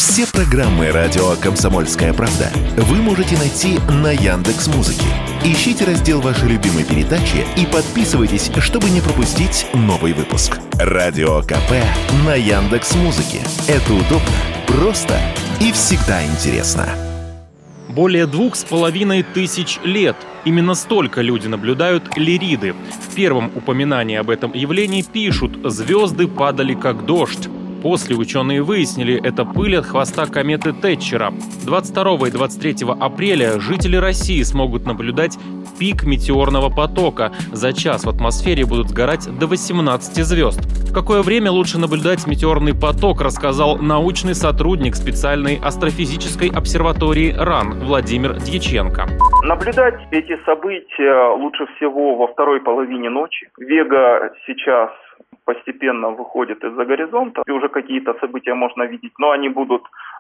Все программы радио «Комсомольская правда» вы можете найти на Яндекс.Музыке. Ищите раздел вашей любимой передачи и подписывайтесь, чтобы не пропустить новый выпуск. Радио КП на Яндекс.Музыке. Это удобно, просто и всегда интересно. Более 2500 лет. Именно столько люди наблюдают Лириды. В первом упоминании об этом явлении пишут: «Звезды падали как дождь». После ученые выяснили, это пыль от хвоста кометы Тэтчера. 22 и 23 апреля жители России смогут наблюдать пик метеорного потока. За час в атмосфере будут сгорать до 18 звезд. В какое время лучше наблюдать метеорный поток, рассказал научный сотрудник специальной астрофизической обсерватории РАН Владимир Дьяченко. Наблюдать эти события лучше всего во второй половине ночи. Вега сейчас постепенно выходит из-за горизонта, и уже какие-то события можно видеть, но они будут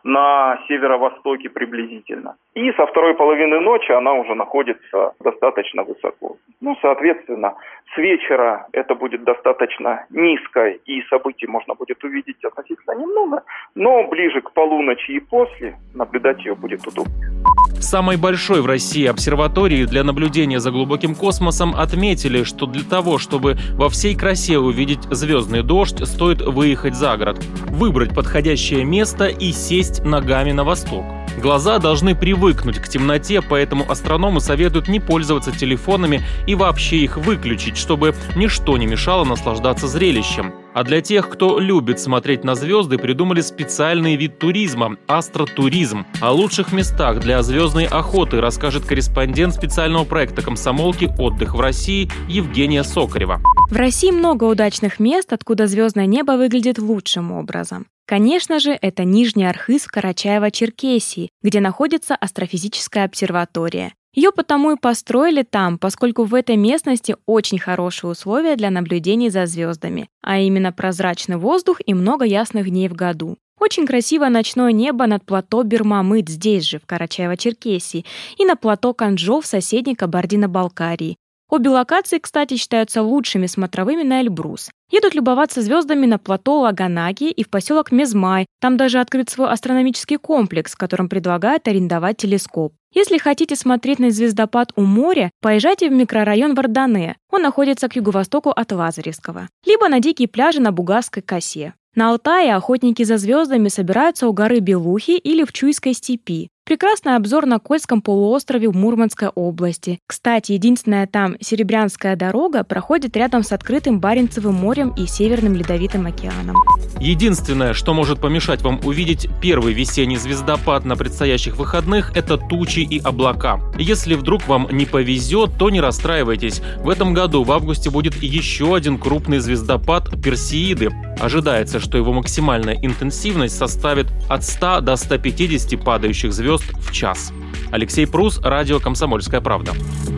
на северо-востоке приблизительно. И со второй половины ночи она уже находится достаточно высоко. Соответственно, с вечера это будет достаточно низко, и событий можно будет увидеть относительно немного, но ближе к полуночи и после наблюдать ее будет удобнее. В самой большой в России обсерватории для наблюдения за глубоким космосом отметили, что для того, чтобы во всей красе увидеть звездный дождь, стоит выехать за город, выбрать подходящее место и сесть ногами на восток. Глаза должны привыкнуть к темноте, поэтому астрономы советуют не пользоваться телефонами и вообще их выключить, чтобы ничто не мешало наслаждаться зрелищем. А для тех, кто любит смотреть на звезды, придумали специальный вид туризма – астротуризм. О лучших местах для звездной охоты расскажет корреспондент специального проекта «Комсомолки. Отдых в России» Евгения Сокарева. В России много удачных мест, откуда звездное небо выглядит лучшим образом. Конечно же, это Нижний Архыз в Карачаево-Черкесии, где находится астрофизическая обсерватория. Ее потому и построили там, поскольку в этой местности очень хорошие условия для наблюдений за звездами, а именно прозрачный воздух и много ясных дней в году. Очень красивое ночное небо над плато Бир-Мамыт здесь же, в Карачаево-Черкесии, и на плато Канджол в соседней Кабардино-Балкарии. Обе локации, кстати, считаются лучшими смотровыми на Эльбрус. Едут любоваться звездами на плато Лаганаки и в поселок Мезмай. Там даже открыт свой астрономический комплекс, в котором предлагают арендовать телескоп. Если хотите смотреть на звездопад у моря, поезжайте в микрорайон Вардане. Он находится к юго-востоку от Лазаревского. Либо на дикие пляжи на Бугасской косе. На Алтае охотники за звездами собираются у горы Белухи или в Чуйской степи. Прекрасный обзор на Кольском полуострове в Мурманской области. Кстати, единственная там Серебрянская дорога проходит рядом с открытым Баренцевым морем и Северным Ледовитым океаном. Единственное, что может помешать вам увидеть первый весенний звездопад на предстоящих выходных, это тучи и облака. Если вдруг вам не повезет, то не расстраивайтесь. В этом году в августе будет еще один крупный звездопад Персеиды. Ожидается, что его максимальная интенсивность составит от 100 до 150 падающих звезд в час. Алексей Прус, радио «Комсомольская правда».